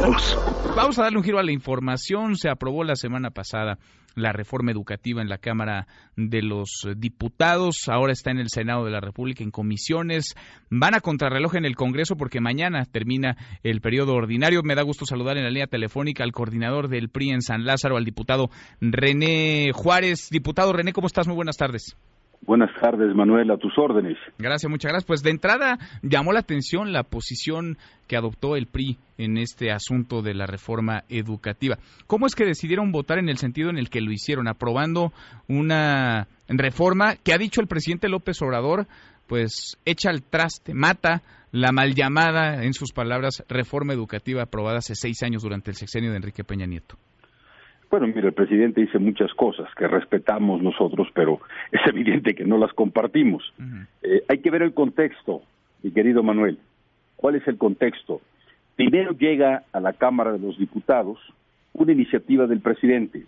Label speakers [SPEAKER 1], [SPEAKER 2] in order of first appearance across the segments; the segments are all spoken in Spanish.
[SPEAKER 1] nosotros.
[SPEAKER 2] Vamos a darle un giro a la información. Se aprobó la semana pasada la reforma educativa en la Cámara de los Diputados. Ahora está en el Senado de la República en comisiones. Van a contrarreloj en el Congreso porque mañana termina el periodo ordinario. Me da gusto saludar en la línea telefónica al coordinador del PRI en San Lázaro, al diputado René Juárez. Diputado René, ¿cómo estás? Muy buenas tardes.
[SPEAKER 3] Buenas tardes, Manuel, a tus órdenes.
[SPEAKER 2] Gracias, muchas gracias. Pues de entrada llamó la atención la posición que adoptó el PRI en este asunto de la reforma educativa. ¿Cómo es que decidieron votar en el sentido en el que lo hicieron, aprobando una reforma que ha dicho el presidente López Obrador, pues echa al traste, mata la mal llamada, en sus palabras, reforma educativa aprobada hace 6 años durante el sexenio de Enrique Peña Nieto?
[SPEAKER 3] Bueno, mira, el presidente dice muchas cosas que respetamos nosotros, pero es evidente que no las compartimos. Hay que ver el contexto, mi querido Manuel. ¿Cuál es el contexto? Primero llega a la Cámara de los Diputados una iniciativa del presidente.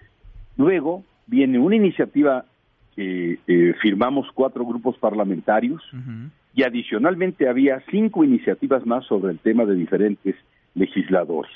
[SPEAKER 3] Luego viene una iniciativa que firmamos 4 grupos parlamentarios y adicionalmente había 5 iniciativas más sobre el tema de diferentes legisladores.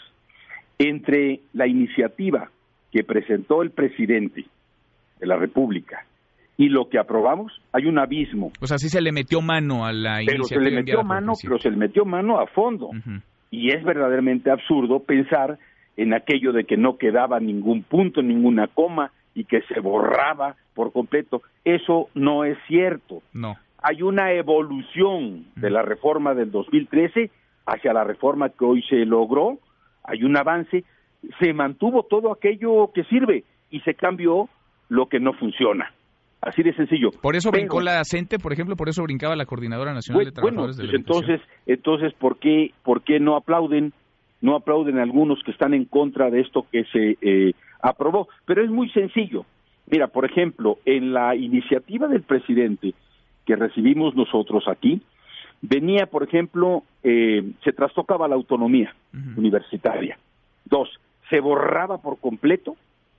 [SPEAKER 3] Entre la iniciativa que presentó el presidente de la República y lo que aprobamos, hay un abismo.
[SPEAKER 2] O sea, sí se le metió mano a la iniciativa.
[SPEAKER 3] Pero se le metió mano a fondo. Y es verdaderamente absurdo pensar en aquello de que no quedaba ningún punto, ninguna coma y que se borraba por completo. Eso no es cierto.
[SPEAKER 2] No.
[SPEAKER 3] Hay una evolución de la reforma del 2013 hacia la reforma que hoy se logró. Hay un avance. Se mantuvo todo aquello que sirve y se cambió lo que no funciona. Así de sencillo.
[SPEAKER 2] Por eso brincó la CENTE, por ejemplo, por eso brincaba la Coordinadora Nacional de Trabajadores de la Educación.
[SPEAKER 3] Entonces, ¿por qué no aplauden? No aplauden algunos que están en contra de esto que se aprobó. Pero es muy sencillo. Mira, por ejemplo, en la iniciativa del presidente que recibimos nosotros aquí, venía, por ejemplo, se trastocaba la autonomía universitaria. 2, se borraba por completo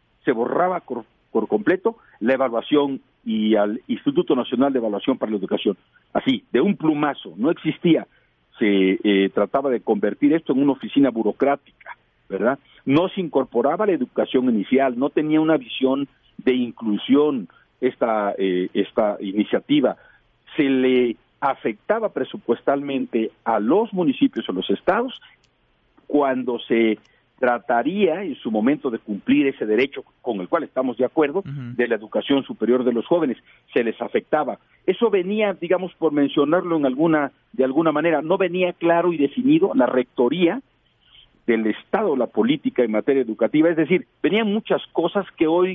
[SPEAKER 3] la evaluación y al Instituto Nacional de Evaluación para la Educación. Así, de un plumazo, no existía. Se trataba de convertir esto en una oficina burocrática, ¿verdad? No se incorporaba la educación inicial, no tenía una visión de inclusión esta iniciativa. Se le afectaba presupuestalmente a los municipios o los estados cuando se trataría en su momento de cumplir ese derecho con el cual estamos de acuerdo, de la educación superior de los jóvenes, se les afectaba. Eso venía, digamos, por mencionarlo de alguna manera, no venía claro y definido la rectoría del Estado, la política en materia educativa, es decir, venían muchas cosas que hoy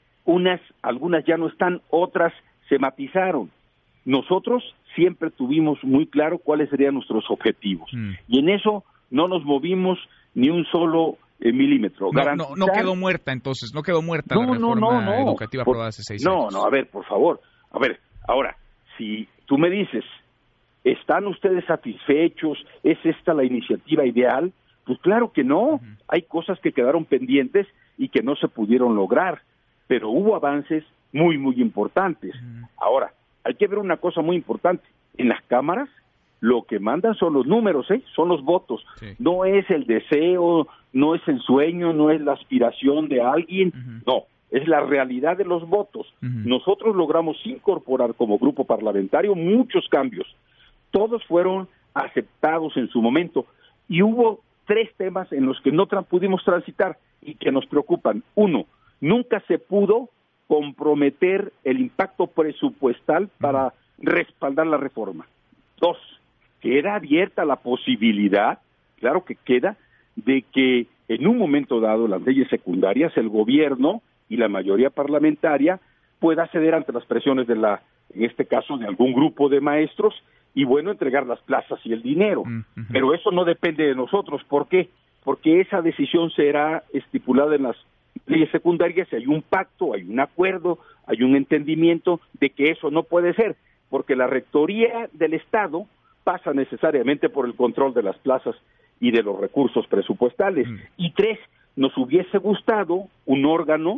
[SPEAKER 3] algunas ya no están, otras se matizaron. Nosotros siempre tuvimos muy claro cuáles serían nuestros objetivos, y en eso no nos movimos ni un solo milímetro.
[SPEAKER 2] No quedó muerta entonces, la reforma educativa aprobada hace 6 años.
[SPEAKER 3] A ver, por favor. A ver, ahora, si tú me dices, ¿están ustedes satisfechos? ¿Es esta la iniciativa ideal? Pues claro que no. Hay cosas que quedaron pendientes y que no se pudieron lograr, pero hubo avances muy, muy importantes. Ahora, hay que ver una cosa muy importante. En las cámaras, lo que mandan son los números, son los votos. Sí. No es el deseo, no es el sueño, no es la aspiración de alguien, no, es la realidad de los votos. Nosotros logramos incorporar como grupo parlamentario muchos cambios. Todos fueron aceptados en su momento y hubo 3 temas en los que no pudimos transitar y que nos preocupan. 1, nunca se pudo comprometer el impacto presupuestal para respaldar la reforma. 2, queda abierta la posibilidad, claro que queda, de que en un momento dado las leyes secundarias, el gobierno y la mayoría parlamentaria pueda ceder ante las presiones en este caso, de algún grupo de maestros y, bueno, entregar las plazas y el dinero. Pero eso no depende de nosotros. ¿Por qué? Porque esa decisión será estipulada en las leyes secundarias y hay un pacto, hay un acuerdo, hay un entendimiento de que eso no puede ser, porque la rectoría del Estado pasa necesariamente por el control de las plazas y de los recursos presupuestales. Y 3, nos hubiese gustado un órgano,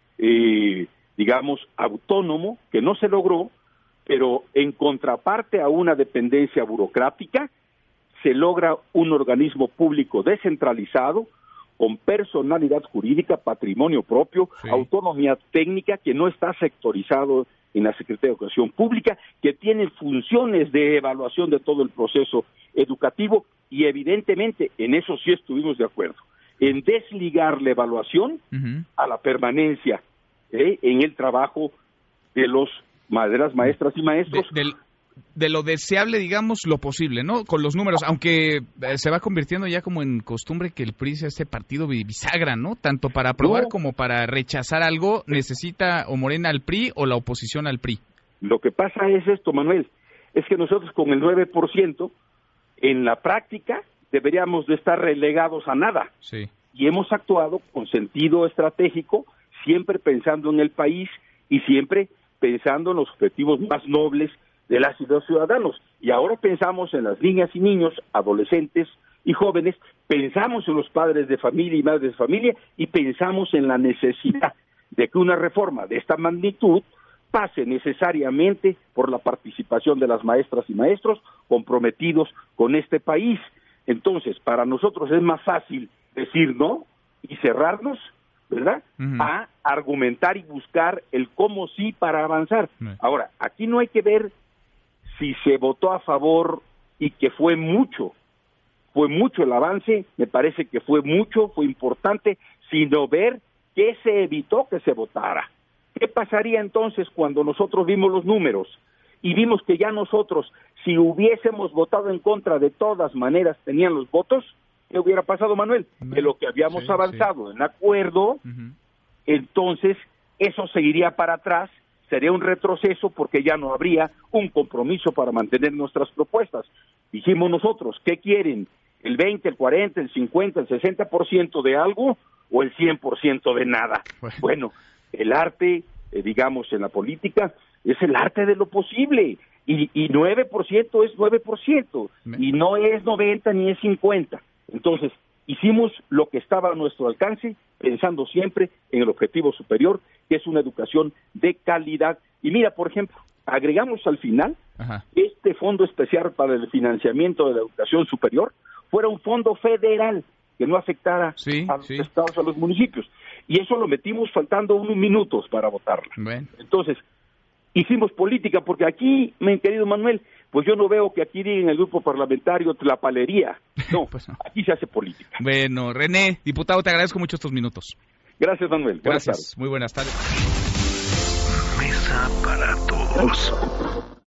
[SPEAKER 3] digamos, autónomo, que no se logró, pero en contraparte a una dependencia burocrática, se logra un organismo público descentralizado, con personalidad jurídica, patrimonio propio, autonomía técnica, que no está sectorizado en la Secretaría de Educación Pública, que tiene funciones de evaluación de todo el proceso educativo, y evidentemente en eso sí estuvimos de acuerdo, en desligar la evaluación a la permanencia en el trabajo de las maestras y maestros.
[SPEAKER 2] De lo deseable, digamos, lo posible, ¿no? Con los números, aunque se va convirtiendo ya como en costumbre que el PRI sea este partido bisagra, ¿no? Tanto para aprobar como para rechazar algo, necesita o Morena al PRI o la oposición al PRI.
[SPEAKER 3] Lo que pasa es esto, Manuel, es que nosotros con el 9%, en la práctica, deberíamos de estar relegados a nada.
[SPEAKER 2] Sí.
[SPEAKER 3] Y hemos actuado con sentido estratégico, siempre pensando en el país y siempre pensando en los objetivos más nobles de las y los ciudadanos. Y ahora pensamos en las niñas y niños, adolescentes y jóvenes, pensamos en los padres de familia y madres de familia, y pensamos en la necesidad de que una reforma de esta magnitud pase necesariamente por la participación de las maestras y maestros comprometidos con este país. Entonces, para nosotros es más fácil decir no y cerrarnos, ¿verdad?, a argumentar y buscar el cómo sí para avanzar. Ahora, aquí no hay que ver si se votó a favor y que fue mucho el avance, me parece que fue importante, sino ver qué se evitó que se votara. ¿Qué pasaría entonces cuando nosotros vimos los números y vimos que ya nosotros, si hubiésemos votado en contra, de todas maneras tenían los votos? ¿Qué hubiera pasado, Manuel? De lo que habíamos avanzado en acuerdo, entonces eso seguiría para atrás, sería un retroceso porque ya no habría un compromiso para mantener nuestras propuestas. Dijimos nosotros, ¿qué quieren? ¿El 20, el 40, el 50, el 60% de algo o el 100% de nada? Bueno, el arte, digamos, en la política, es el arte de lo posible. Y 9% es 9%, y no es 90 ni es 50. Entonces, hicimos lo que estaba a nuestro alcance, pensando siempre en el objetivo superior, que es una educación de calidad. Y mira, por ejemplo, agregamos al final este fondo especial para el financiamiento de la educación superior, fuera un fondo federal que no afectara a los estados, a los municipios. Y eso lo metimos faltando unos minutos para votarlo. Entonces, hicimos política, porque aquí, mi querido Manuel, pues yo no veo que aquí digan el grupo parlamentario tlapalería. No, pues no, aquí se hace política.
[SPEAKER 2] Bueno, René, diputado, te agradezco mucho estos minutos.
[SPEAKER 3] Gracias, Manuel.
[SPEAKER 2] Gracias. Muy buenas tardes.
[SPEAKER 1] Mesa para todos.